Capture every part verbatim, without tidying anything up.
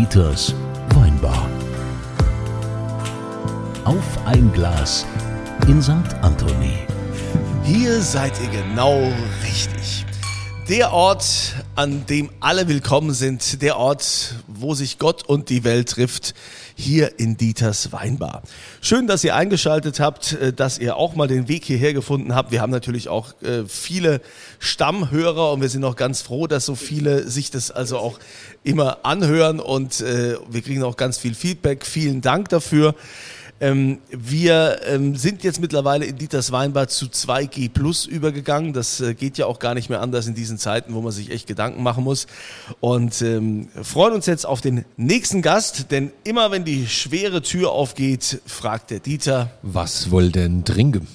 Dieters Weinbar. Auf ein Glas in Sankt Anthony. Hier seid ihr genau richtig. Der Ort, an dem alle willkommen sind, der Ort, wo sich Gott und die Welt trifft, hier in Dieters Weinbar. Schön, dass ihr eingeschaltet habt, dass ihr auch mal den Weg hierher gefunden habt. Wir haben natürlich auch äh, viele Stammhörer und wir sind auch ganz froh, dass so viele sich das also auch immer anhören und äh, wir kriegen auch ganz viel Feedback. Vielen Dank dafür. Ähm, wir ähm, sind jetzt mittlerweile in Dieters Weinbar zu zwei G plus übergegangen. Das äh, geht ja auch gar nicht mehr anders in diesen Zeiten, wo man sich echt Gedanken machen muss. Und ähm, freuen uns jetzt auf den nächsten Gast, denn immer wenn die schwere Tür aufgeht, fragt der Dieter: Was wohl denn trinken?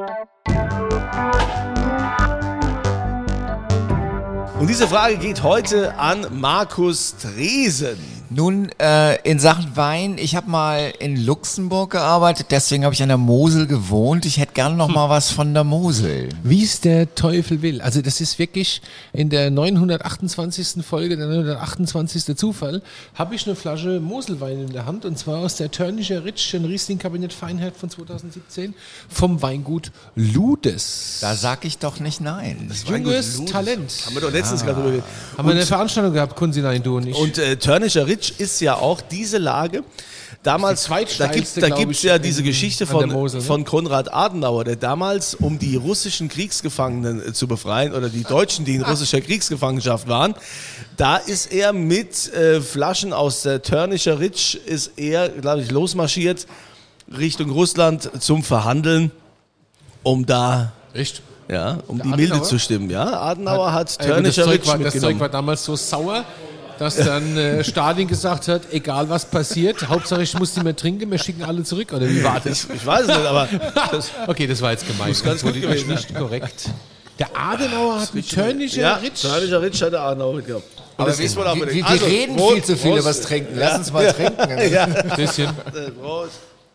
Und diese Frage geht heute an Markus Dresen. Nun, äh, in Sachen Wein, ich habe mal in Luxemburg gearbeitet, deswegen habe ich an der Mosel gewohnt. Ich hätte gerne noch mal was von der Mosel. Wie es der Teufel will. Also das ist wirklich in der neunhundertachtundzwanzigsten Folge, der neunhundertachtundzwanzigste Zufall, habe ich eine Flasche Moselwein in der Hand und zwar aus der Törnischer Ritsch, ein Riesling-Kabinett Feinherb von zweitausendsiebzehn vom Weingut Ludes. Da sag ich doch nicht nein. Das Junges Ludes. Talent. Haben wir doch letztens ja. gerade drüber geredet. Haben wir eine Veranstaltung gehabt, Kunzilein, du und ich. Und äh, Törnischer Ritsch ist ja auch diese Lage. Damals, da gibt da gibt's ja diese Geschichte von, Mosel, ne? von Konrad Adenauer, der damals, um die russischen Kriegsgefangenen äh, zu befreien oder die Deutschen, die in russischer Kriegsgefangenschaft waren, da ist er mit äh, Flaschen aus der Törnischer Ritsch, ist er, glaube ich, losmarschiert Richtung Russland zum Verhandeln, um da... Echt? Ja, um der die Adenauer? Milde zu stimmen. Ja, Adenauer hat, hat Also Törnischer das Zeug Ritsch war, das mitgenommen. Zeug war damals so sauer, dass dann äh, Stalin gesagt hat, egal was passiert, Hauptsache ich muss die mehr trinken, wir schicken alle zurück. Oder wie war das? Ich weiß es nicht, aber das Okay, das war jetzt gemein. muss ganz gut gewesen sein. Nicht korrekt. Der Adenauer hat einen Törnischer Ja, Ritsch. Törnischer Ritsch hat der Adenauer mitgenommen. Und Aber das wir, ist wohl wir, unbedingt. wir Also, reden Prost, viel zu viel Prost. über das Trinken. Lass uns mal trinken. Ja. Bisschen. Prost.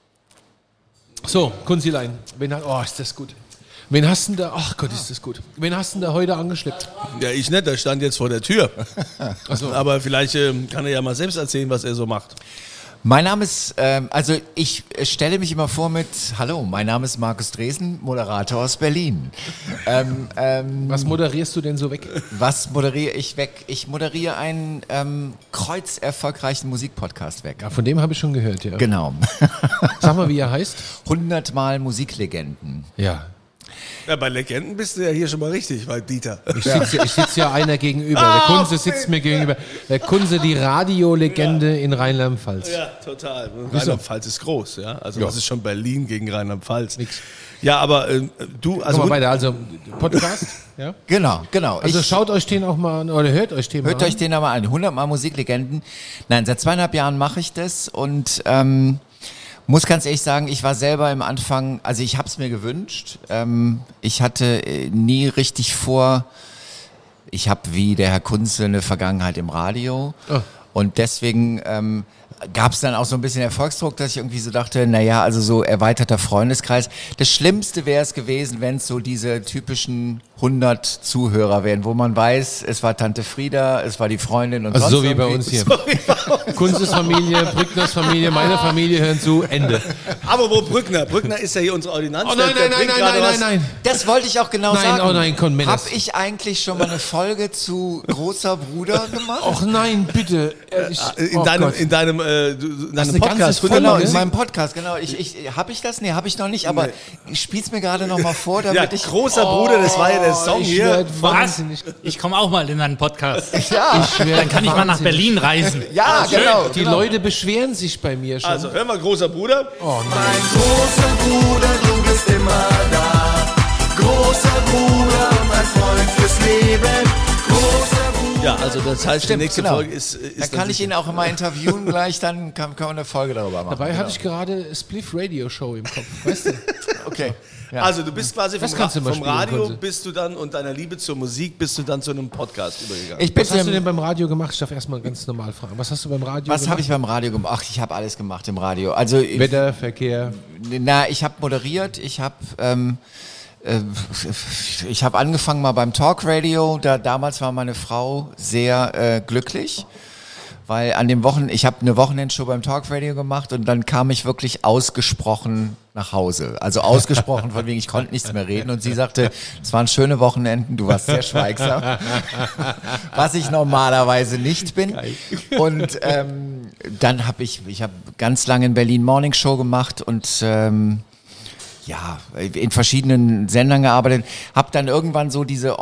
So, Kunzilein. Wen hat, oh, ist das gut. Wen hast du denn da? Ach Gott, ist das gut. Wen hast du denn da heute angeschleppt? Ja, ich nicht, der stand jetzt vor der Tür. Ach so. Aber vielleicht ähm, kann er ja mal selbst erzählen, was er so macht. Mein Name ist, ähm, also ich stelle mich immer vor mit, hallo, mein Name ist Markus Dresen, Moderator aus Berlin. ähm, ähm, Was moderierst du denn so weg? was moderiere ich weg? Ich moderiere einen ähm, kreuzerfolgreichen Musikpodcast weg. Ja, von dem habe ich schon gehört, ja. Genau. Sag mal, wie er heißt. hundertmal Musiklegenden. Ja. Ja, bei Legenden bist du ja hier schon mal richtig, bei Dieter. Ich sitze ich sitz ja einer gegenüber. Der Kunze sitzt mir gegenüber. Der Kunze, die Radiolegende in Rheinland-Pfalz. Ja, total. Rheinland-Pfalz ist groß, ja. Also Ja. das ist schon Berlin gegen Rheinland-Pfalz. Nix. Ja, aber ähm, du, also Komm mal weiter, also Podcast. Ja. Genau, genau. Also ich, schaut euch den auch mal an oder hört euch den mal hört an. euch den aber an. hundertmal Musiklegenden. Nein, seit zweieinhalb Jahren mache ich das und ähm, muss ganz ehrlich sagen, ich war selber im Anfang, also ich habe es mir gewünscht. Ähm, ich hatte äh, nie richtig vor, ich habe wie der Herr Kunze eine Vergangenheit im Radio Oh. und deswegen ähm, gab es dann auch so ein bisschen Erfolgsdruck, dass ich irgendwie so dachte, naja, also so erweiterter Freundeskreis. Das Schlimmste wäre es gewesen, wenn es so diese typischen hundert Zuhörer wären, wo man weiß, es war Tante Frieda, es war die Freundin und Also sonst so wie bei irgendwie. uns hier. Kunzes Familie, Brückners Familie, meine Familie hören zu, Ende. aber wo Brückner? Brückner ist ja hier unsere Ordinanz. Oh nein, der, der nein, nein, bringt nein, gerade nein, was. nein, nein. Das wollte ich auch genau Nein, sagen. oh nein, komm, Männers. Hab ich eigentlich schon mal eine Folge zu Großer Bruder gemacht? Och nein, bitte. Ich, In oh deinem, Gott. in deinem, äh, du- in deinem eine Podcast. ganze Folge, Genau, ne? in meinem Podcast, genau. Ich, ich, hab ich das? Nee, habe ich noch nicht, aber ich spiel's mir gerade noch mal vor, damit Ja, ich... großer Bruder, das war ja der Song ich hier. werd von- wahnsinnig. Ich komme auch mal in einen Podcast. Ja, Ich werd Dann kann ich mal nach wahnsinnig. Berlin reisen. ja, genau. Die Leute beschweren sich bei mir schon. Also, hör mal, großer Bruder. oh nein. Großer Bruder, du bist immer da. Großer Bruder, mein Freund fürs Leben. Großer Bruder. Ja, also das heißt, Stimmt, die nächste genau. Folge ist, ist Dann kann ich ihn auch immer interviewen gleich, dann kann, kann man eine Folge darüber machen. Dabei genau. hatte ich gerade Spliff Radio Show im Kopf, weißt du? Okay. Ja. Also du bist quasi vom, Das kannst du mal vom spielen, Radio Konzi. bist du dann und deiner Liebe zur Musik bist du dann zu einem Podcast übergegangen. Ich bin Was hast du zu denn dem, beim Radio gemacht? Ich darf erstmal ganz normal fragen. Was hast du beim Radio was gemacht? habe ich beim Radio gemacht? Ach, ich habe alles gemacht im Radio. Also, Wetter, Verkehr. na, ich habe moderiert, ich habe ähm, äh, ich habe angefangen mal beim Talkradio. Da damals war meine Frau sehr äh, glücklich, weil an dem Wochen, ich habe eine Wochenendshow beim Talkradio gemacht und dann kam ich wirklich ausgesprochen nach Hause. Also ausgesprochen von wegen, ich konnte nichts mehr reden und sie sagte, es waren schöne Wochenenden, du warst sehr schweigsam, was ich normalerweise nicht bin. Und ähm, dann habe ich, ich habe ganz lange in Berlin Morning Show gemacht und ähm, ja, in verschiedenen Sendern gearbeitet, habe dann irgendwann so diese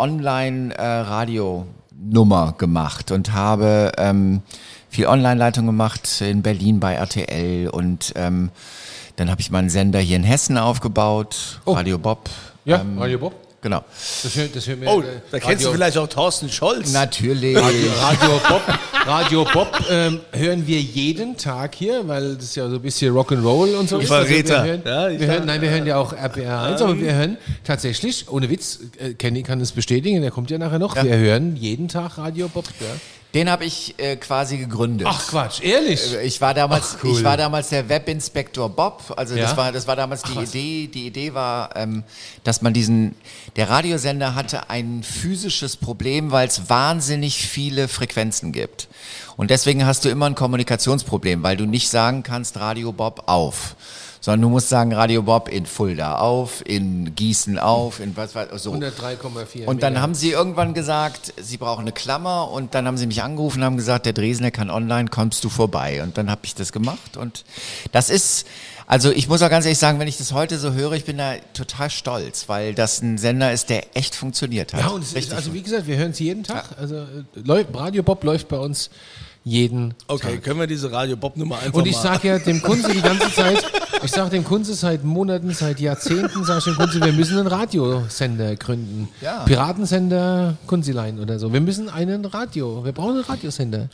Online-Radio-Nummer gemacht und habe ähm, viel Online-Leitung gemacht in Berlin bei R T L und ähm, dann habe ich mal einen Sender hier in Hessen aufgebaut, Oh. Radio Bob. Ja, ähm, Radio Bob. Genau. Das hört, das hört mir, Oh, äh, da kennst du vielleicht auch Thorsten Scholz. Natürlich. Radio, Radio Bob, Radio Bob ähm, hören wir jeden Tag hier, weil das ist ja so ein bisschen Rock'n'Roll und so. Du ist. Also Verräter. wir hören, Ja, ich wir hören, sag- nein, wir hören ja auch R B R eins, aber wir hören tatsächlich, ohne Witz, äh, Kenny kann es bestätigen, der kommt ja nachher noch, Ja. wir hören jeden Tag Radio Bob. Ja. Den habe ich äh, quasi gegründet. Ach Quatsch, ehrlich? Ich war damals, Ach, cool. ich war damals der Webinspektor Bob. Also Ja? das war, das war damals die Idee. Die Idee war, ähm, dass man diesen, der Radiosender hatte ein physisches Problem, weil es wahnsinnig viele Frequenzen gibt. Und deswegen hast du immer ein Kommunikationsproblem, weil du nicht sagen kannst Radio Bob auf, sondern du musst sagen Radio Bob in Fulda auf, in Gießen auf, in was weiß so. hundertdrei Komma vier. Und dann haben sie irgendwann gesagt, sie brauchen eine Klammer und dann haben sie mich angerufen und haben gesagt, der Dresdner kann online, kommst du vorbei? Und dann habe ich das gemacht und das ist, also ich muss auch ganz ehrlich sagen, wenn ich das heute so höre, ich bin da total stolz, weil das ein Sender ist, der echt funktioniert hat. Ja, und es ist, Richtig also wie gut. gesagt, wir hören es jeden Tag. Also äh, läuft, Radio Bob läuft bei uns jeden Okay, Tag. können wir diese Radio Bob Nummer einfach Und ich mal... sage ja dem Kunze die ganze Zeit, ich sage dem Kunze seit Monaten, seit Jahrzehnten, sage ich dem Kunze, wir müssen einen Radiosender gründen. Ja. Piratensender Kunzilein oder so. Wir müssen einen Radio, wir brauchen einen Radiosender.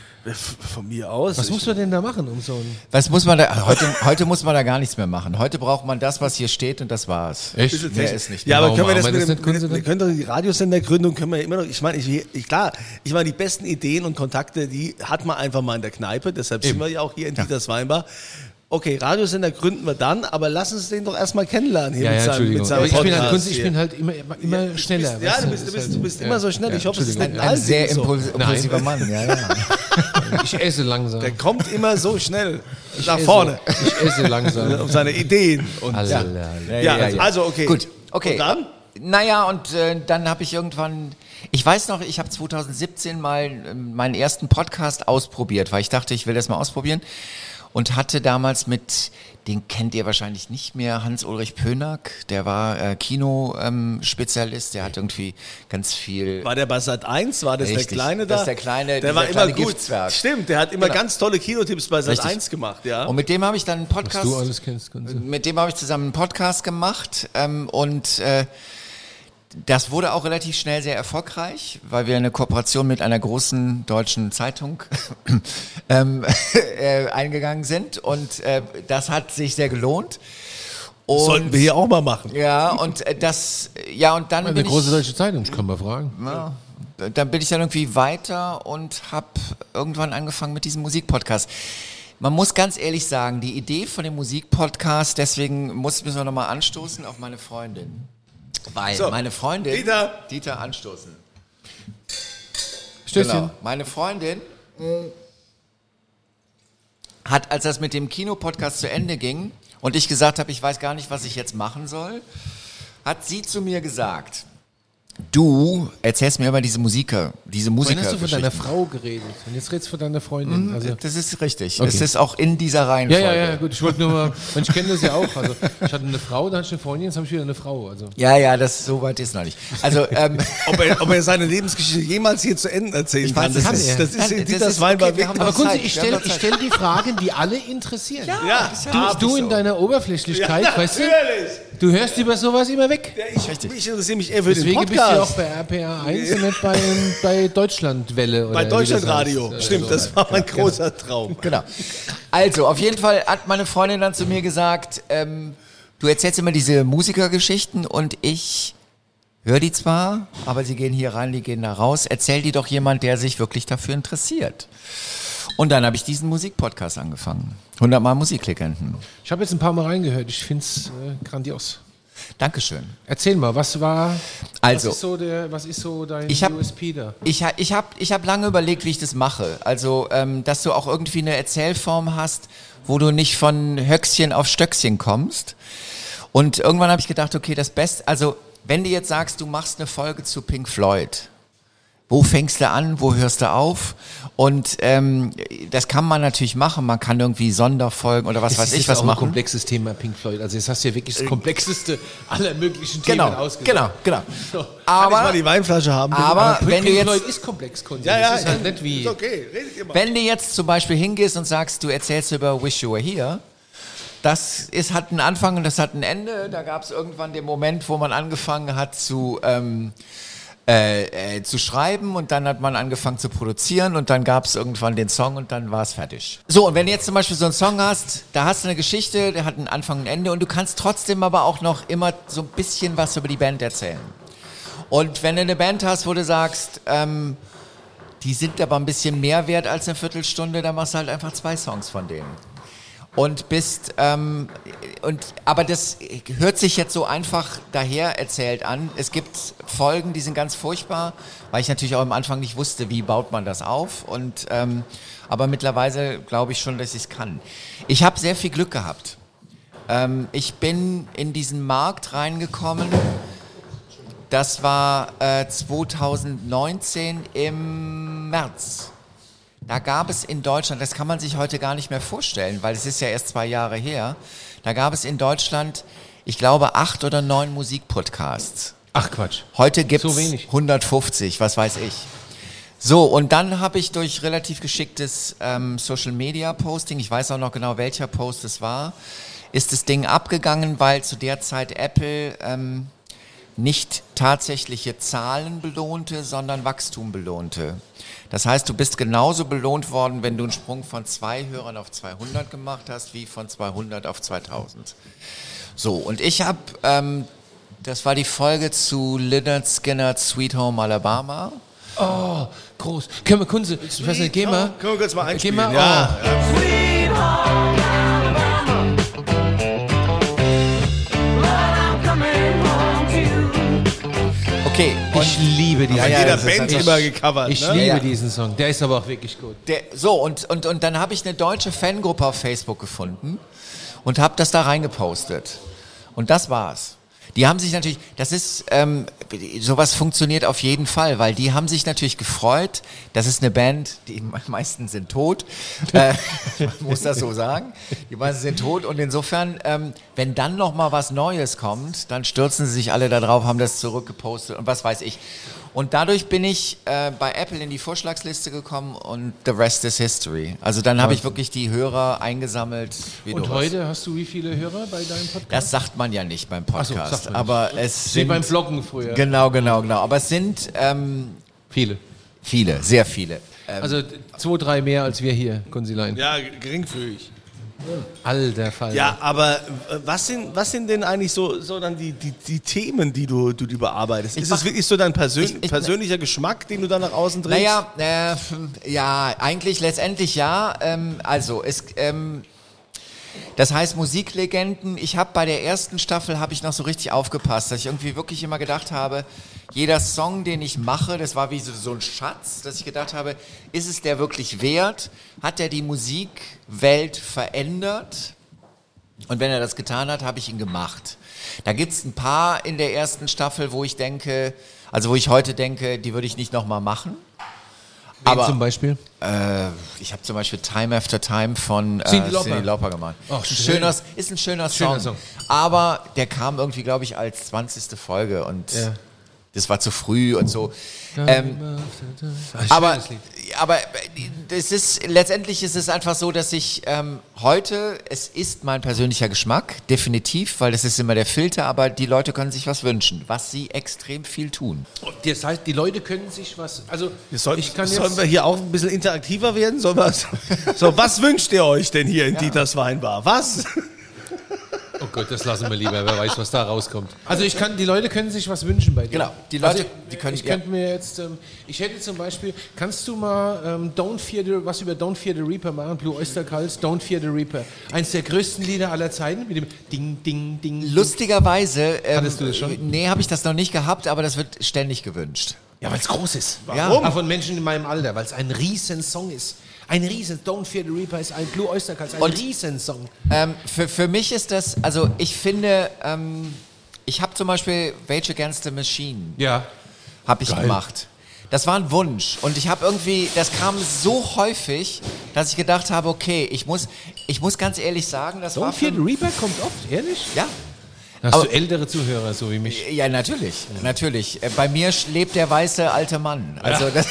Von mir aus. Was ich, muss man denn da machen, um so einen... Was muss man da, heute, heute muss man da gar nichts mehr machen. Heute braucht man das, was hier steht und das war's. Echt? Mehr ist nicht Ja, mehr. aber können wir Warum das machen wir mit das dem, nicht, Kunze, wir, wir können doch die Radiosendergründung können wir immer noch, ich meine, ich, ich, klar, ich meine, die besten Ideen und Kontakte, die hat man einfach mal in der Kneipe, deshalb sind wir ja auch hier in Dieters Weinbar. Okay, Radiosender gründen wir dann, aber lass uns den doch erstmal kennenlernen hier Ja, mit ja, seinem, Entschuldigung. mit seinem Aber ich bin halt Podcast Kunze, ich hier. bin halt immer, immer, immer schneller. Du bist, ja, weißt du bist, du das bist, ist du halt- bist ja. immer so schnell. Ja, Ich hoffe, es ist nicht Entschuldigung. ein Ein sehr Alter. impuls- impulsiver Mann, ja, ja. Ich esse langsam. Der kommt immer so schnell nach esse, vorne Ich esse langsam. um seine Ideen. Und, ja. Alter. Ja, also okay. Gut, okay. Und dann? Naja, und äh, dann habe ich irgendwann, ich weiß noch, ich habe zwanzig siebzehn mal ähm, meinen ersten Podcast ausprobiert, weil ich dachte, ich will das mal ausprobieren und hatte damals mit, den kennt ihr wahrscheinlich nicht mehr, Hans-Ulrich Pönack, der war äh, Kino-Spezialist, der hat irgendwie ganz viel... War der bei Sat eins? War das Richtig, der Kleine da? das ist der Kleine, der dieser war immer kleine gut. Giftzwerg. Stimmt, der hat immer Genau. ganz tolle Kinotipps bei Sat Richtig. eins gemacht, ja. Und mit dem habe ich dann einen Was Podcast... du alles kennst, Kunze. Mit dem habe ich zusammen einen Podcast gemacht ähm, und äh, das wurde auch relativ schnell sehr erfolgreich, weil wir eine Kooperation mit einer großen deutschen Zeitung ähm, äh, eingegangen sind und äh, das hat sich sehr gelohnt. Und, Sollten wir hier auch mal machen. ja, und äh, das, ja, und dann Eine bin große ich, deutsche Zeitung, ich kann mal fragen. ja, dann bin ich dann irgendwie weiter und habe irgendwann angefangen mit diesem Musikpodcast. Man muss ganz ehrlich sagen, die Idee von dem Musikpodcast, deswegen muss, müssen wir nochmal anstoßen auf meine Freundin. Weil So, meine Freundin, Dieter. Dieter anstoßen. Stößchen. Genau. Meine Freundin mh, hat, als das mit dem Kinopodcast zu Ende ging und ich gesagt habe, ich weiß gar nicht, was ich jetzt machen soll, hat sie zu mir gesagt, du erzählst mir immer diese Musiker, diese Vorhin Musiker. hast du von deiner Frau geredet und jetzt redest du von deiner Freundin. Also, Das ist richtig. Okay. Es ist auch in dieser ja, Reihenfolge. ja, ja, gut, ich wollte nur mal, ich kenne das ja auch. Also, ich hatte eine Frau, dann hatte ich eine Freundin, jetzt habe ich wieder eine Frau. Also. Ja, ja, das so weit ist noch nicht. Also, ähm, Ob er, ob er seine Lebensgeschichte jemals hier zu Ende erzählen kann, das, kann ist, er. das ist in Das Dieters ist Weinbar okay, wir wirklich. haben Aber noch Kunze, Zeit, ich wir haben stelle noch ich Zeit. stell die Fragen, die alle interessieren. Ja, Du, du in deiner Oberflächlichkeit, Ja, weißt du, natürlich. du hörst über sowas immer weg. Ja, ich, ich interessiere mich eher für Deswegen den bist du ja auch Podcast. bei R P R eins und nicht bei, bei Deutschlandwelle. Oder Bei wie das Deutschlandradio. heißt. Stimmt, So. das war mein großer Traum. Genau. Also, auf jeden Fall hat meine Freundin dann zu mir gesagt, ähm, du erzählst immer diese Musikergeschichten und ich höre die zwar, aber sie gehen hier rein, die gehen da raus. Erzähl die doch jemand, der sich wirklich dafür interessiert. Und dann habe ich diesen Musikpodcast angefangen. hundert Mal Musiklegenden. Ich habe jetzt ein paar Mal reingehört, ich finde es äh, grandios. Dankeschön. Erzähl mal, was war, Also, was ist so, der, was ist so dein Ich hab- U S P da? Ich, ha- ich habe ich hab lange überlegt, wie ich das mache. Also, ähm, dass du auch irgendwie eine Erzählform hast, wo du nicht von Höchstchen auf Stöckchen kommst. Und irgendwann habe ich gedacht, okay, das Beste, also wenn du jetzt sagst, du machst eine Folge zu Pink Floyd, wo fängst du an, wo hörst du auf? Und ähm, das kann man natürlich machen, man kann irgendwie Sonderfolgen oder was Das weiß ist ich jetzt was auch ein machen. komplexes Thema, Pink Floyd. Also jetzt hast du ja wirklich das komplexeste aller möglichen Themen Genau, ausgesucht. genau, genau. Kann ich Aber mal die Weinflasche haben? bitte? aber Pink wenn du Floyd jetzt ist komplex, Konzi. ja, ja, das ist halt nicht wie... ist okay, redet ihr mal. Wenn du jetzt zum Beispiel hingehst und sagst, du erzählst über Wish You Were Here, das ist, hat einen Anfang und das hat ein Ende. Da gab es irgendwann den Moment, wo man angefangen hat zu, ähm, äh, äh, zu schreiben und dann hat man angefangen zu produzieren und dann gab es irgendwann den Song und dann war es fertig. So, und wenn du jetzt zum Beispiel so einen Song hast, da hast du eine Geschichte, der hat einen Anfang und ein Ende und du kannst trotzdem aber auch noch immer so ein bisschen was über die Band erzählen. Und wenn du eine Band hast, wo du sagst, ähm, die sind aber ein bisschen mehr wert als eine Viertelstunde, dann machst du halt einfach zwei Songs von denen. Und bist, ähm, und, aber das hört sich jetzt so einfach daher erzählt an. Es gibt Folgen, die sind ganz furchtbar, weil ich natürlich auch am Anfang nicht wusste, wie baut man das auf. Und, ähm, aber mittlerweile glaube ich schon, dass ich es kann. Ich habe sehr viel Glück gehabt. Ähm, ich bin in diesen Markt reingekommen. Das war äh, zweitausendneunzehn im März. Da gab es in Deutschland, das kann man sich heute gar nicht mehr vorstellen, weil es ist ja erst zwei Jahre her, da gab es in Deutschland, ich glaube, acht oder neun Musikpodcasts. Ach Quatsch. Heute gibt So es wenig. hundertfünfzig, was weiß ich. So, und dann habe ich durch relativ geschicktes ähm, Social-Media-Posting, ich weiß auch noch genau, welcher Post es war, ist das Ding abgegangen, weil zu der Zeit Apple ähm, nicht tatsächliche Zahlen belohnte, sondern Wachstum belohnte. Das heißt, du bist genauso belohnt worden, wenn du einen Sprung von zwei Hörern auf zweihundert gemacht hast, wie von zweihundert auf zweitausend. So, und ich habe, ähm, das war die Folge zu Lynyrd Skynyrd Sweet Home Alabama. Oh, groß. Können wir, Kunze, ich weiß nicht, geh mal. Können wir kurz mal Geh einspielen? mal, ja. oh. Okay, und Ich liebe diesen Von ja, jeder das ist Band halt- immer gecovert. Ich ne? liebe Ja. diesen Song. Der ist aber auch wirklich gut. Der, so, und, und, und dann habe ich eine deutsche Fangruppe auf Facebook gefunden und habe das da reingepostet. Und das war's. Die haben sich natürlich, das ist, ähm, sowas funktioniert auf jeden Fall, weil die haben sich natürlich gefreut. Das ist eine Band, die meisten sind tot, äh, man muss das so sagen. Die meisten sind tot und insofern, ähm, wenn dann noch mal was Neues kommt, dann stürzen sie sich alle da drauf, haben das zurückgepostet und was weiß ich. Und dadurch bin ich äh, bei Apple in die Vorschlagsliste gekommen und the rest is history. Also dann habe ich wirklich die Hörer eingesammelt. Wie Und du was. heute hast du wie viele Hörer bei deinem Podcast? Das sagt man ja nicht beim Ach so, Podcast, sagt man nicht. aber es Wie sind beim Bloggen früher. genau, genau, genau. Aber es sind ähm, Viele. viele, sehr viele. Ähm, Also zwei, drei mehr als wir hier, Kunzilein. Ja, geringfügig. Alter Fall. Ja, aber äh, was sind, was sind denn eigentlich so, so dann die, die, die Themen, die du, du die bearbeitest? Ist mach- es wirklich so dein Persön Ich- ich- persönlicher Geschmack, den du dann nach außen trägst? naja, äh, ja, eigentlich letztendlich ja. Ähm, also es, ähm, das heißt Musiklegenden. Ich habe bei der ersten Staffel habe ich noch so richtig aufgepasst, dass ich irgendwie wirklich immer gedacht habe, jeder Song, den ich mache, das war wie so, so ein Schatz, dass ich gedacht habe, ist es der wirklich wert? Hat er die Musikwelt verändert? Und wenn er das getan hat, habe ich ihn gemacht. Da gibt es ein paar in der ersten Staffel, wo ich denke, also wo ich heute denke, die würde ich nicht nochmal machen. Wen Aber zum Beispiel? äh, ich habe zum Beispiel Time After Time von äh, Cyndi Lauper. Cyndi Lauper gemacht. Ach, Ein schön. schöner, ist ein schöner, Schöner Song. Song. Aber der kam irgendwie, glaube ich, als zwanzigste Folge und Ja. das war zu früh und so. Ähm, Ein aber, schönes Lied. aber das ist, letztendlich ist es einfach so, dass ich ähm, heute, es ist mein persönlicher Geschmack, definitiv, weil das ist immer der Filter, aber die Leute können sich was wünschen, was sie extrem viel tun. Das heißt, die Leute können sich was. Also, Soll, ich kann sollen jetzt. wir hier auch ein bisschen interaktiver werden? Sollen wir, so, was wünscht ihr euch denn hier in Dieters Weinbar? Was? Oh gut, das lassen wir lieber. Wer weiß, was da rauskommt. Also ich kann, die Leute können sich was wünschen bei dir. Genau, die Leute, also, die können... Ich könnte mir jetzt, ähm, ich hätte zum Beispiel, kannst du mal ähm, Don't Fear the, was über Don't Fear the Reaper machen? Blue Oyster Cult, Don't Fear the Reaper. Eins der größten Lieder aller Zeiten mit dem Ding, Ding, Ding. Lustigerweise... Ähm, Hattest du das schon? Nee, habe ich das noch nicht gehabt, aber das wird ständig gewünscht. Ja, weil es groß ist. Ja. Aber von Menschen in meinem Alter, weil es ein riesen Song ist. Ein riesen, Don't Fear the Reaper ist ein Blue Oyster Cult, ein Und- riesen Song. Ähm, für, für mich ist das, also ich finde, ähm, ich habe zum Beispiel Rage Against the Machine, Ja. habe ich Geil. gemacht. Das war ein Wunsch und ich habe irgendwie, das kam so häufig, dass ich gedacht habe, okay, ich muss, ich muss ganz ehrlich sagen, das war Don't Fear für, the Reaper kommt oft, ehrlich? ja, Hast Aber- du ältere Zuhörer, so wie mich? ja natürlich, natürlich. Äh, Bei mir lebt der weiße alte Mann. Also das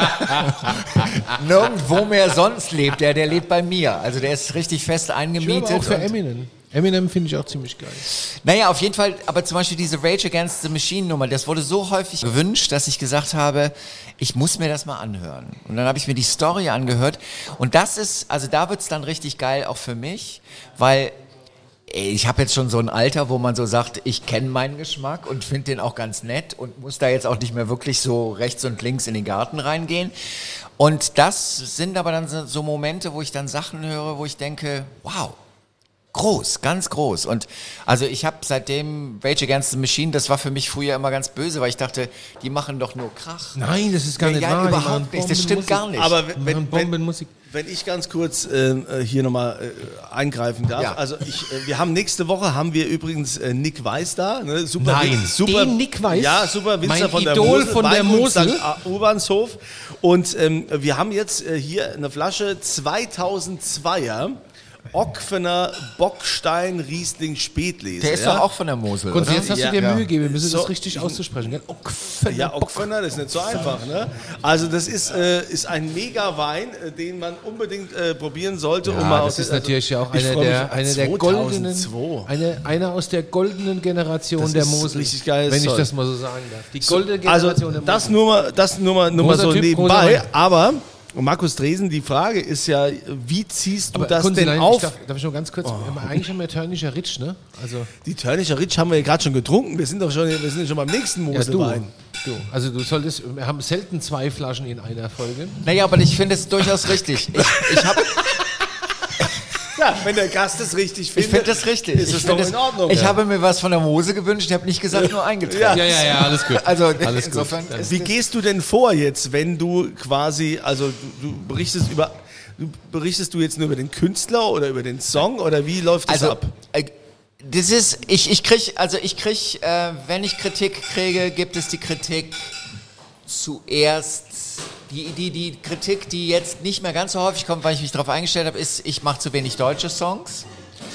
nirgendwo mehr sonst lebt der, der lebt bei mir. Also der ist richtig fest Ich höre eingemietet. aber auch für und- Eminem. Eminem finde ich auch ziemlich geil. Naja, auf jeden Fall, aber zum Beispiel diese Rage Against the Machine Nummer, das wurde so häufig gewünscht, dass ich gesagt habe, ich muss mir das mal anhören. Und dann habe ich mir die Story angehört und das ist, also da wird's dann richtig geil auch für mich, weil ey, ich habe jetzt schon so ein Alter, wo man so sagt, ich kenne meinen Geschmack und finde den auch ganz nett und muss da jetzt auch nicht mehr wirklich so rechts und links in den Garten reingehen. Und das sind aber dann so, so Momente, wo ich dann Sachen höre, wo ich denke, wow, groß, ganz groß. Und also ich habe seitdem Rage Against the Machine, das war für mich früher immer ganz böse, weil ich dachte, die machen doch nur Krach. Nein, das ist gar Ja, nicht ja, wahr. Die überhaupt machen nicht. Das stimmt Bombenmusik. gar nicht. Aber Die wenn, machen wenn, Bombenmusik. wenn ich ganz kurz äh, hier nochmal äh, eingreifen darf. Ja. Also ich, äh, wir haben nächste Woche haben wir übrigens äh, Nick Weiß da. Ne? Super, Nein, super, den Nick Weiß? Ja, super Winzer Mein von der Idol Mosel. von der Weingut Mosel? Sankt Urbanshof. Und ähm, wir haben jetzt äh, hier eine Flasche zweitausendzweier Ockfener Bockstein Riesling Spätlese. Der ist ja? doch auch von der Mosel, Und oder? jetzt hast Ja. du dir Ja. Mühe gegeben, wir müssen So. das richtig auszusprechen. Gell? Ockfener, Ja, Bock. Ockfener, das ist nicht so einfach. Ne? Also das ist, äh, ist ein Mega-Wein, äh, den man unbedingt äh, probieren sollte. Ja, um mal das aus ist den- natürlich ja auch ich einer freu mich der, auf einer der goldenen, zweitausendzwei. eine, einer aus der goldenen Generation Das der ist Mosel. richtig geiles wenn ich Zeug. das mal so sagen darf. Die goldene Also Generation der Mosel. das nur mal, das nur mal, nur mal Großer so Typ, großer nebenbei. Mann. Aber Markus Dresen, die Frage ist ja, wie ziehst du Aber das Kunzi, denn nein, auf? Ich darf, darf ich noch ganz kurz, eigentlich haben wir Törnischer Ritsch, ne? Also, Die Törnischer Ritsch haben wir ja gerade schon getrunken. Wir sind doch schon, wir sind ja schon beim nächsten ja, du, Moselwein. du. Also du solltest, wir haben selten zwei Flaschen in einer Folge. Naja, aber ich finde es durchaus richtig. Ich, ich habe Ja, wenn der Gast es richtig Ich findet, finde das richtig. ist ich es find doch das- in Ordnung. Ich Ja. habe mir was von der Mose gewünscht, ich habe nicht gesagt, nur eingetragen. Ja. Ja, ja, ja, alles gut. Also Alles insofern gut. ist Wie das- gehst du denn vor jetzt, wenn du quasi, also du, du berichtest über, du berichtest du jetzt nur über den Künstler oder über den Song oder wie läuft das also ab? äh, das ist ich ich krieg also ich krieg äh, wenn ich Kritik kriege, gibt es die Kritik zuerst die, die, die Kritik, die jetzt nicht mehr ganz so häufig kommt, weil ich mich darauf eingestellt habe, ist, ich mache zu wenig deutsche Songs.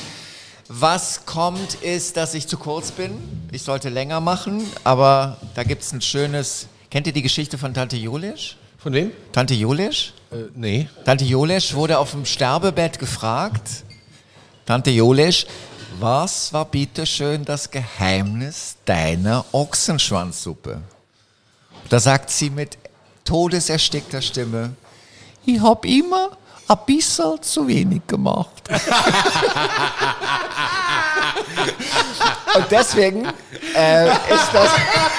Was kommt, ist, dass ich zu kurz bin. Ich sollte länger machen, aber da gibt es ein schönes... Kennt ihr die Geschichte von Tante Julisch? Von wem? Tante Julisch? Äh, nee. Tante Julisch wurde auf dem Sterbebett gefragt. Tante Julisch, was war bitteschön das Geheimnis deiner Ochsenschwanzsuppe? Da sagt sie mit todeserstickter Stimme, ich hab immer ein bisschen zu wenig gemacht. Und deswegen äh, ist das...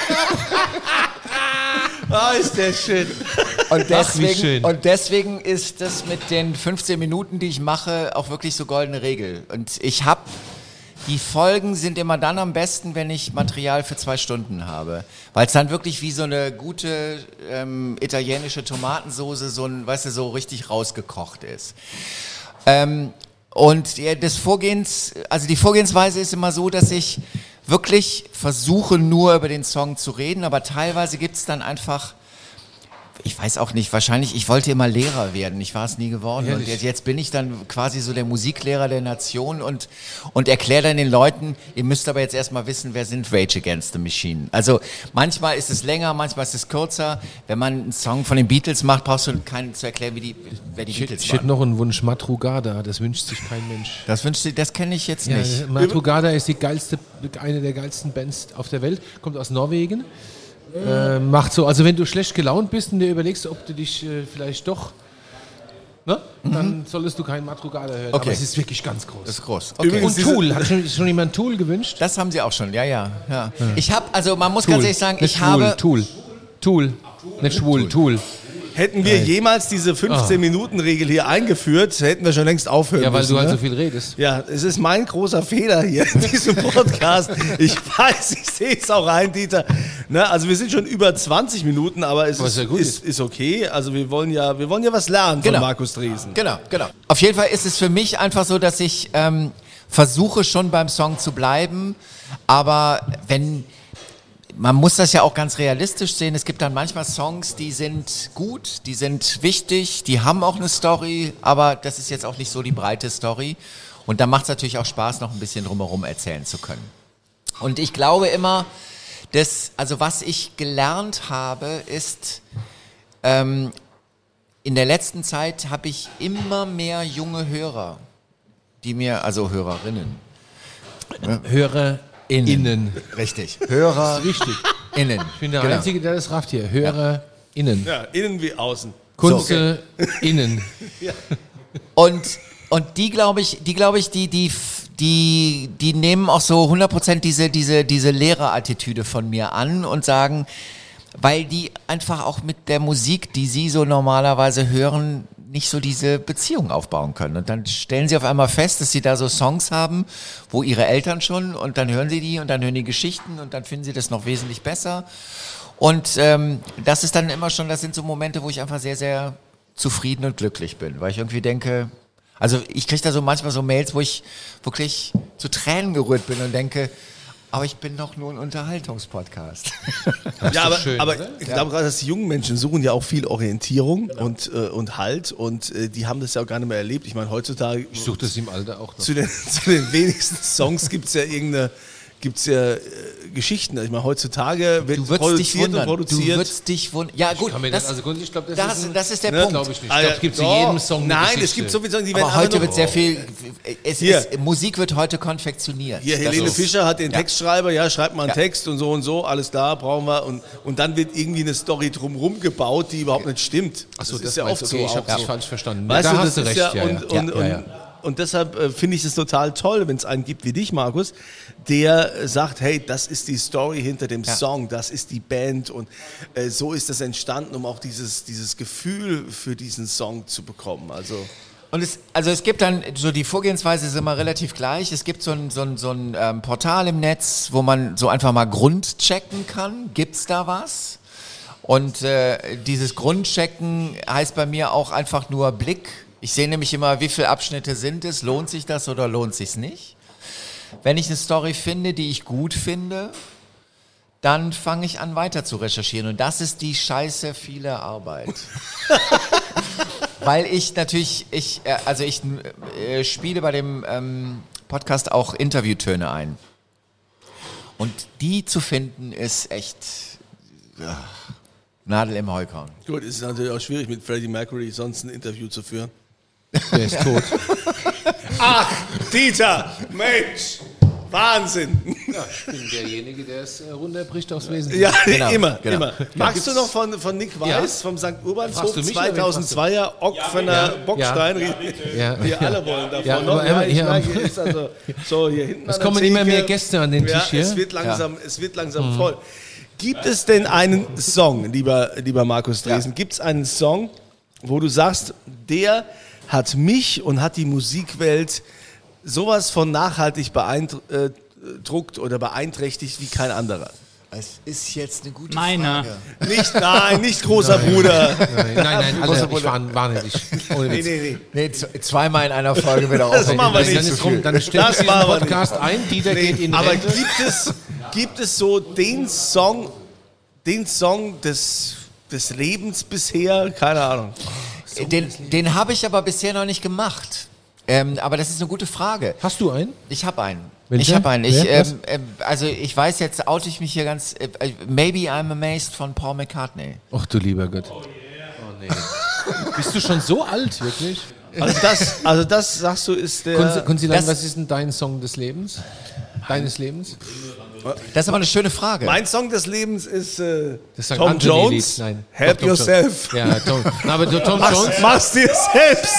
Ah, ist der schön. Und deswegen, schön. und deswegen ist das mit den fünfzehn Minuten, die ich mache, auch wirklich so goldene Regel. Und ich habe, die Folgen sind immer dann am besten, wenn ich Material für zwei Stunden habe. Weil es dann wirklich wie so eine gute ähm, italienische Tomatensoße, so ein, weißt du, so richtig rausgekocht ist. Ähm, und ja, das Vorgehens, also die Vorgehensweise ist immer so, dass ich wirklich versuche, nur über den Song zu reden, aber teilweise gibt es dann einfach, ich weiß auch nicht, wahrscheinlich, ich wollte immer Lehrer werden, ich war es nie geworden. Ehrlich? Und jetzt, jetzt bin ich dann quasi so der Musiklehrer der Nation und, und erkläre dann den Leuten, ihr müsst aber jetzt erstmal wissen, wer sind Rage Against the Machine. Also manchmal ist es länger, manchmal ist es kürzer. Wenn man einen Song von den Beatles macht, brauchst du keinen zu erklären, wie die, wer die Ich, Beatles ich hätte waren. noch einen Wunsch, Matrugada, das wünscht sich kein Mensch. Das wünscht sie, das kenne ich jetzt Ja, nicht. Matrugada ist die geilste, eine der geilsten Bands auf der Welt, kommt aus Norwegen. Äh, macht so, also wenn du schlecht gelaunt bist und dir überlegst, ob du dich äh, vielleicht doch ne? Dann solltest du keinen Madrugada hören. Okay. Aber es ist wirklich ganz groß. Das ist groß. Okay. Übrigens, Und Tool, hat schon, schon jemand Tool gewünscht? Das haben sie auch schon, ja, ja. ja. Ich habe, also man muss Tool. ganz ehrlich sagen, Nicht ich schwul, habe... Tool. Tool. Nicht schwul, Tool. Hätten wir jemals diese fünfzehn-Minuten-Regel hier eingeführt, hätten wir schon längst aufhören Ja, weil müssen. du halt ne? so viel redest. Ja, es ist mein großer Fehler hier in diesem Podcast. Ich weiß, ich sehe es auch rein, Dieter. Ne, also wir sind schon über zwanzig Minuten, aber es Was ist, ja gut ist, ist okay. Also wir wollen ja, wir wollen ja was lernen Genau. von Markus Dresen. Genau, genau. Auf jeden Fall ist es für mich einfach so, dass ich ähm, versuche schon beim Song zu bleiben, aber wenn... Man muss das ja auch ganz realistisch sehen. Es gibt dann manchmal Songs, die sind gut, die sind wichtig, die haben auch eine Story, aber das ist jetzt auch nicht so die breite Story. Und da macht es natürlich auch Spaß, noch ein bisschen drumherum erzählen zu können. Und ich glaube immer, dass, also was ich gelernt habe, ist, ähm, in der letzten Zeit habe ich immer mehr junge Hörer, die mir, also Hörerinnen, Hörer Innen. innen. Richtig. Hörer. Das ist wichtig. Innen. Ich bin der Genau. Einzige, der das rafft hier. Hörer innen. Ja, innen wie außen. Kunze innen. Und, und die glaube ich, die glaube ich, die, die, die, die nehmen auch so hundert Prozent diese, diese, diese Lehrerattitüde von mir an und sagen, weil die einfach auch mit der Musik, die sie so normalerweise hören, nicht so diese Beziehung aufbauen können. Und dann stellen sie auf einmal fest, dass sie da so Songs haben, wo ihre Eltern schon, und dann hören sie die und dann hören die Geschichten und dann finden sie das noch wesentlich besser. Und ähm, das ist dann immer schon, das sind so Momente, wo ich einfach sehr, sehr zufrieden und glücklich bin, weil ich irgendwie denke, also ich kriege da so manchmal so Mails, wo ich wirklich zu Tränen gerührt bin und denke, aber ich bin doch nur ein Unterhaltungspodcast. Ja, aber, schön, aber oder? ich glaube gerade, dass die jungen Menschen suchen ja auch viel Orientierung und, äh, und Halt und äh, die haben das ja auch gar nicht mehr erlebt. Ich meine, heutzutage Ich suche das im Alter auch noch. zu den, zu den wenigsten Songs gibt es ja irgendeine, gibt's ja äh, Geschichten. Ich meine, heutzutage wird Du würdest dich produziert und wundern. Du produziert. würdest dich wundern. Ja gut, Kann mir das, das, also ich glaube, das, das, ist ein, das ist der Ne? Punkt. glaube ich nicht. Ah, Ich ja, glaube, gibt es in doch. jedem Song eine Nein, Geschichte. es gibt so viele Songs, die werden Aber alle heute noch- wird sehr viel, es Hier. ist, Musik wird heute konfektioniert. Hier, Das Helene ist- Fischer hat den Ja. Textschreiber, ja, schreibt mal einen Ja. Text und so und so, alles klar, brauchen wir. Und, und dann wird irgendwie eine Story drumherum gebaut, die überhauft nicht stimmt. Achso, das, ist ja meinst oft du, okay, so. ich habe auch dich so. falsch verstanden. Weißt da du, hast das du ist recht, ja, ja, und, ja. und, Ja, ja, ja. und, und deshalb äh, finde ich es total toll, wenn es einen gibt wie dich, Markus, der sagt, hey, das ist die Story hinter dem Ja. Song, das ist die Band und äh, so ist das entstanden, um auch dieses, dieses Gefühl für diesen Song zu bekommen. Also Und es, also es gibt dann, so die Vorgehensweise ist immer relativ gleich. Es gibt so ein, so ein, so ein ähm, Portal im Netz, wo man so einfach mal grundchecken kann. Gibt's da was? Und äh, dieses Grundchecken heißt bei mir auch einfach nur Blick. Ich sehe nämlich immer, wie viele Abschnitte sind es, lohnt sich das oder lohnt sich's nicht? Wenn ich eine Story finde, die ich gut finde, dann fange ich an weiter zu recherchieren. Und das ist die scheiße viele Arbeit. Weil ich natürlich, ich, äh, also ich äh, spiele bei dem ähm, Podcast auch Interviewtöne ein. Und die zu finden ist echt ja, Nadel im Heukorn. gut, es ist natürlich auch schwierig mit Freddie Mercury sonst ein Interview zu führen. Der ist tot. Ach, Dieter, Mensch, Wahnsinn. Ich bin derjenige, der es äh, runterbricht aufs Wesentliche. Ja, Genau, immer, genau. immer. Magst du noch von, von Nick Weiß, Ja. vom Sankt Urbanshof Fragst du mich oder wen zweitausendzweier, Ockfener Bockstein? Ja. Wir alle wollen davon Ja, noch. aber Ja, immer ich hier merke, am- hier ist also so hier hinten Es an der kommen immer Theke. mehr Gäste an den Ja, Tisch hier. es wird langsam, es wird langsam voll. Gibt es denn einen Song, lieber, lieber Markus Dresen, Ja. gibt es einen Song, wo du sagst, der hat mich und hat die Musikwelt sowas von nachhaltig beeindruckt oder beeinträchtigt wie kein anderer? Es ist jetzt eine gute Meiner. Frage. Nicht, nein, nicht großer Bruder. Nein, nein, nein Alter, ich warne, warne dich. Ohne Nee, Witz. nee, nee. Nee, z- zweimal in einer Folge wieder auch. Das machen wir Dann nicht. ist rum, dann stellt Das diesen machen wir Podcast ein, Dieter geht in Aber Rente. gibt es, gibt es so den Song, den Song des, des Lebens bisher? Keine Ahnung. Den, den habe ich aber bisher noch nicht gemacht. Ähm, aber das ist eine gute Frage. Hast du einen? Ich habe einen. Welcher? Ich habe einen. Ich, Wer? Was? ähm, ähm, also ich weiß, jetzt oute ich mich hier ganz. Äh, äh, Maybe I'm Amazed von Paul McCartney. Ach du lieber Gott. Oh nee. Bist du schon so alt, wirklich? Also das, also das sagst du, ist der... Können Sie, können Sie sagen, das- was ist denn dein Song des Lebens? Deines Lebens? Das ist aber eine schöne Frage. Mein Song des Lebens ist äh, Das sagt Tom Anthony Jones. Lied. Nein. Help Doch, Tom yourself. Jones. Ja, Tom, na, aber Tom Mach's, Jones, mach's dir selbst.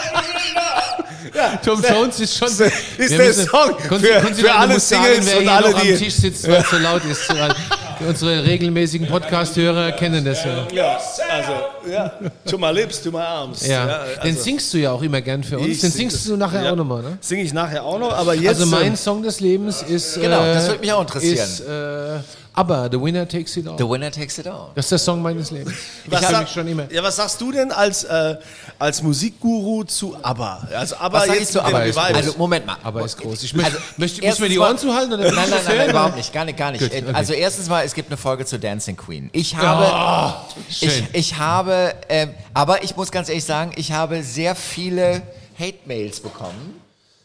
Tom Jones ist schon. Ist Wir der müssen- Song Können Sie- für- können Sie für noch- alle du musst sagen, Singles wer und hier alle, noch die- am Tisch sitzt, weil es so laut ist. Weil unsere regelmäßigen Podcast-Hörer kennen das ja. Ja, also, ja. To my lips, to my arms. Ja, also, den singst du ja auch immer gern für uns. Ich Den sing singst das. du nachher Ja. auch nochmal, ne? Singe ich nachher auch noch, aber jetzt. Also mein ähm, Song des Lebens ist. Genau, äh, das würde mich auch interessieren. Ist, äh, aber The Winner Takes It All. The winner takes it all. Das ist der Song meines Lebens. was, ich hab sag- mich schon immer. ja, was sagst du denn als, äh, als Musikguru zu ABBA? Also ABBA Was sag ich jetzt zu mit dem ABBA? Revival. Also Moment mal. Aber ist groß. Ich möchte, Also, möchte, erstens müssen wir die mal- Ohren zuhalten? Oder Nein, nein, nein, nein, überhaupt nicht. Gar nicht, gar nicht. Gut, Äh, okay. Also erstens mal, es gibt eine Folge zu Dancing Queen. Ich habe, schön. ich, ich habe, ähm, aber ich muss ganz ehrlich sagen, ich habe sehr viele Hate-Mails bekommen.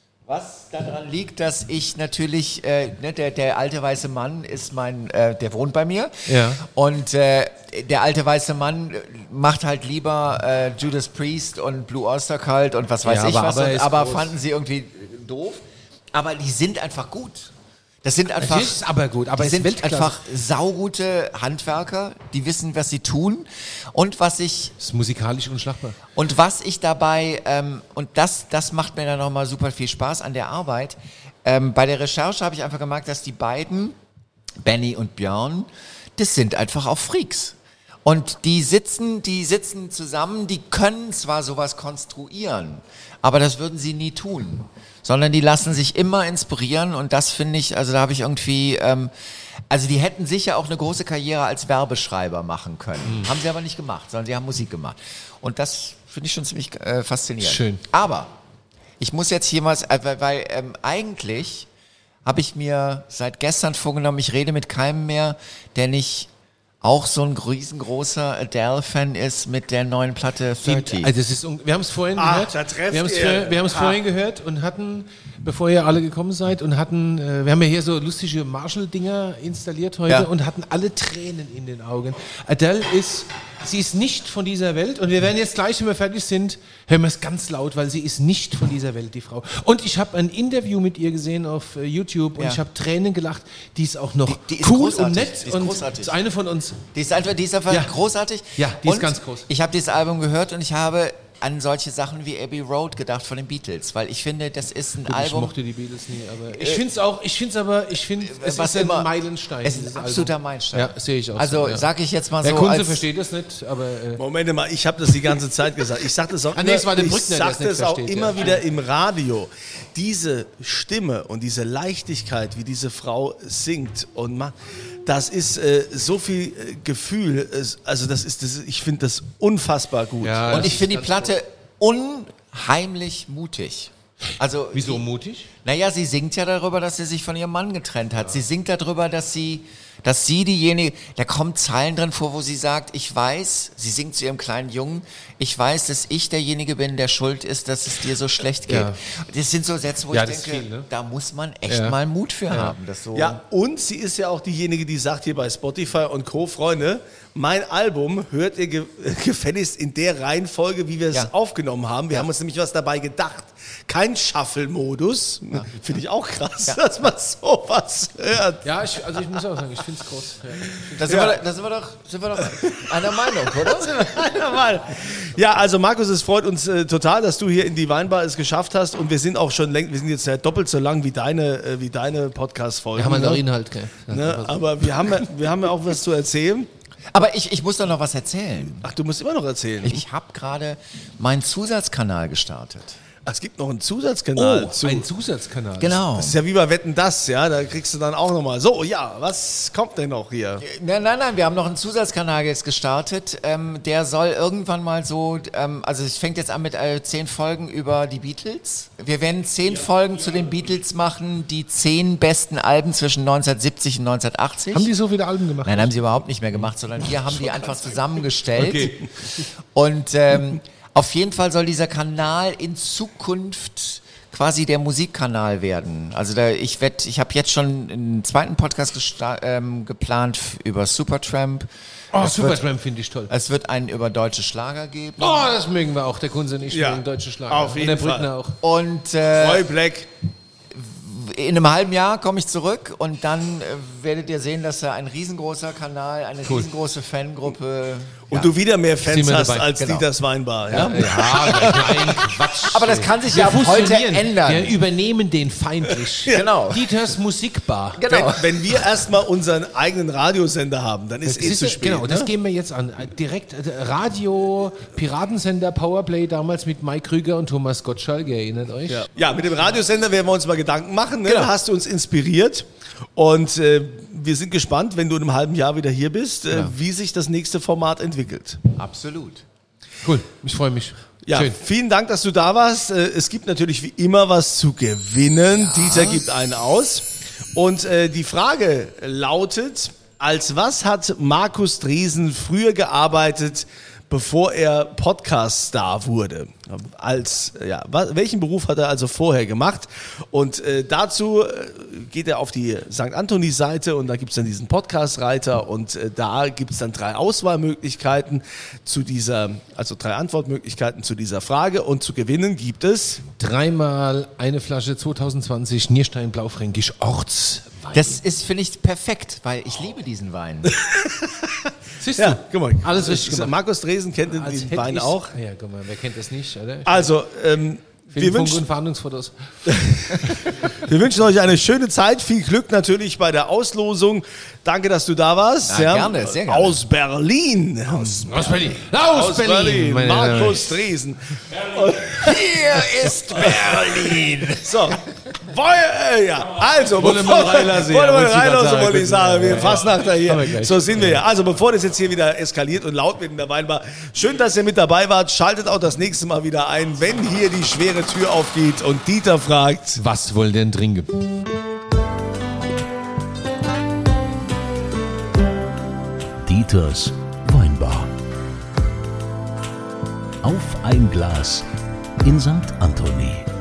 Was daran liegt, dass ich natürlich, äh, ne, der, der alte weiße Mann ist mein, äh, der wohnt bei mir. Ja. Und äh, der alte weiße Mann macht halt lieber äh, Judas Priest und Blue Oyster Cult und was weiß Ja, ich aber was. ABBA Und, ist aber groß. fanden sie irgendwie doof. Aber die sind einfach gut. Das sind einfach, Natürlich ist aber gut, aber die ist sind Weltklasse. einfach saugute Handwerker, die wissen, was sie tun. Und was ich Das ist musikalisch unschlagbar. und was ich dabei, ähm, und das, das macht mir dann nochmal super viel Spaß an der Arbeit, ähm, bei der Recherche habe ich einfach gemerkt, dass die beiden, Benny und Björn, das sind einfach auch Freaks. Und die sitzen, die sitzen zusammen, die können zwar sowas konstruieren, aber das würden sie nie tun. Sondern die lassen sich immer inspirieren und das finde ich, also da habe ich irgendwie, ähm, also die hätten sicher auch eine große Karriere als Werbeschreiber machen können. Haben sie aber nicht gemacht, sondern sie haben Musik gemacht. Und das finde ich schon ziemlich äh, faszinierend. Schön. Aber ich muss jetzt hier mal, äh, weil, weil ähm, eigentlich habe ich mir seit gestern vorgenommen, ich rede mit keinem mehr, der nicht auch so ein riesengroßer Adele-Fan ist mit der neuen Platte dreißig. Also das ist, un- wir haben es vorhin Ah, gehört. da trefft wir haben es ihr. vorhin, wir haben es Ah. vorhin gehört und hatten, bevor ihr alle gekommen seid, und hatten, äh, wir haben ja hier so lustige Marshall-Dinger installiert heute Ja. und hatten alle Tränen in den Augen. Adele ist, sie ist nicht von dieser Welt und wir werden jetzt gleich, wenn wir fertig sind, hören wir es ganz laut, weil sie ist nicht von dieser Welt, die Frau. Und ich habe ein Interview mit ihr gesehen auf äh, YouTube und Ja. ich habe Tränen gelacht. Die ist auch noch Die- die ist cool großartig. und nett Die ist und großartig. ist eine von uns. Die ist einfach, die ist einfach Ja. großartig. Ja, die ist Und ganz groß. Ich habe dieses Album gehört und ich habe an solche Sachen wie Abbey Road gedacht von den Beatles, weil ich finde, das ist ein Gut, ich Album. mochte die Beatles nie, aber ich finde es auch, ich finde es aber, ich finde, es was ist immer- ein Meilenstein. Es ist dieses ein absoluter Album. Meilenstein. Ja, sehe ich auch. Also so, ja. sag ich jetzt mal Der so. Kunze als, versteht das nicht, aber äh, Moment mal, ich habe das die ganze Zeit gesagt. Ich sagte es auch, Ah, nee, es war der ich Brückner, der es sagte nicht es auch versteht, immer ja. wieder im Radio. Diese Stimme und diese Leichtigkeit, wie diese Frau singt und macht, das ist äh, so viel äh, Gefühl. Es, also das ist, das, ich finde das unfassbar gut. ja, Und das ich ist finde die ganz Platte unheimlich mutig. Also groß. Wieso die, mutig? Naja, sie singt ja darüber, dass sie sich von ihrem Mann getrennt hat. Sie singt darüber, dass sie, dass sie diejenige, da kommen Zeilen drin vor, wo sie sagt, ich weiß, sie singt zu ihrem kleinen Jungen, ich weiß, dass ich derjenige bin, der schuld ist, dass es dir so schlecht geht. Ja. Das sind so Sätze, wo Ja, ich das ist denke, viel, ne? da muss man echt Ja. mal Mut für haben. Das so Ja, und sie ist ja auch diejenige, die sagt hier bei Spotify und Co. Freunde, mein Album hört ihr ge gefälligst in der Reihenfolge, wie wir es Ja. aufgenommen haben. Wir haben uns nämlich was dabei gedacht. Kein Shuffle-Modus. Finde ich auch krass, Ja. dass man sowas hört. Ja, ich, also ich muss auch sagen, ich finde es groß. Ja. Da sind, Ja. wir, da sind wir doch, sind wir doch einer Meinung, oder? Ja, Mann. Ja, also Markus, es freut uns äh, total, dass du hier in die Weinbar es geschafft hast und wir sind auch schon längst, wir sind jetzt ja doppelt so lang wie deine, äh, wie deine Podcast-Folge. Wir haben halt ne? noch Inhalt, gell? Ne? Aber wir haben, ja, wir haben ja auch was zu erzählen. Aber ich, ich muss doch noch was erzählen. Ach, du musst immer noch erzählen. Ich habe gerade meinen Zusatzkanal gestartet. Ach, es gibt noch einen Zusatzkanal Oh, zu. ein Zusatzkanal. Genau. Das ist ja wie bei Wetten, das, ja, da kriegst du dann auch nochmal. So, ja, was kommt denn noch hier? Nein, nein, nein, wir haben noch einen Zusatzkanal jetzt gestartet. Ähm, der soll irgendwann mal so, ähm, also es fängt jetzt an mit äh, zehn Folgen über die Beatles. Wir werden zehn Folgen zu den Beatles machen, die zehn besten Alben zwischen neunzehnhundertsiebzig und neunzehnhundertachtzig. Haben die so viele Alben gemacht? Nein, haben sie überhaupt nicht mehr gemacht, sondern wir haben die einfach zusammengestellt. Und ähm, auf jeden Fall soll dieser Kanal in Zukunft quasi der Musikkanal werden. Also da, ich werde, ich habe jetzt schon einen zweiten Podcast gesta- ähm, geplant f- über Supertramp. Oh, Es wird- Supertramp finde ich toll. Es wird einen über deutsche Schlager geben. Oh, das mögen wir auch, der Kunze nicht, Ja, mögen deutsche Schlager. auf jeden Und der Fall. Brückner auch. Und äh, Roy Black. in einem halben Jahr komme ich zurück und dann äh, werdet ihr sehen, dass da ein riesengroßer Kanal, eine Cool. riesengroße Fangruppe. Und ja. du wieder mehr Fans Sind wir hast dabei. als Genau. Dieters Weinbar. Ja? Ja, nein, Quatsch. Aber das kann sich Wir ja ab heute fusionieren. ändern. Wir übernehmen den feindlich. Genau. Dieters Musikbar. Genau. Wenn, wenn wir erstmal unseren eigenen Radiosender haben, dann ist Das eh ist, zu spät. genau, das ne? gehen wir jetzt an. Direkt äh, Radio, Piratensender, Powerplay damals mit Mike Krüger und Thomas Gottschalk, ihr erinnert euch? Ja. ja, mit dem Radiosender werden wir uns mal Gedanken machen. Ne? Genau. Da hast du uns inspiriert. Und äh, wir sind gespannt, wenn du in einem halben Jahr wieder hier bist, äh, Genau. wie sich das nächste Format entwickelt. Absolut. Cool, ich freue mich. Ja, Schön. vielen Dank, dass du da warst. Äh, Es gibt natürlich wie immer was zu gewinnen. Dieter gibt einen aus. Und äh, die Frage lautet, als was hat Markus Driesen früher gearbeitet, bevor er Podcast-Star wurde? Als, ja, was, welchen Beruf hat er also vorher gemacht? Und äh, dazu äh, geht er auf die Sankt Anthony-Seite und da gibt es dann diesen Podcast-Reiter und äh, da gibt es dann drei Auswahlmöglichkeiten zu dieser, also drei Antwortmöglichkeiten zu dieser Frage und zu gewinnen gibt es Dreimal eine Flasche zwanzig zwanzig Nierstein Blaufränkisch Ortswein. Das ist, finde ich, perfekt, weil ich liebe diesen Wein. Siehst Ja, du? guck mal. Alles richtig gemacht. Markus Dresen kennt den, Als den hätte Wein ich's- auch. Ja, guck mal, wer kennt das nicht, oder? Also, ähm, wir Filmfunk wünschen, und Fahndungsfotos. wir wünschen euch eine schöne Zeit. Viel Glück natürlich bei der Auslosung. Danke, dass du da warst. Ja, gerne, sehr gerne. Aus Berlin. Aus Berlin. Aus, Berlin. meine Damen und Markus Dresen. Hier ist Berlin. So. Woll- Ja, also, Wollen wir bevor- mal reinlassen, wollen ja, wir mal wollte ich gerade reinlassen, sagen. wollte ich sagen. Wir fassen nach Aber hier. gleich. So sind wir ja. Also, bevor das jetzt hier wieder eskaliert und laut wird in der Weinbar, schön, dass ihr mit dabei wart. Schaltet auch das nächste Mal wieder ein, wenn hier die schwere Tür aufgeht und Dieter fragt. Was wollen denn trinken? Dieters Weinbar. Auf ein Glas in Sankt Anthony.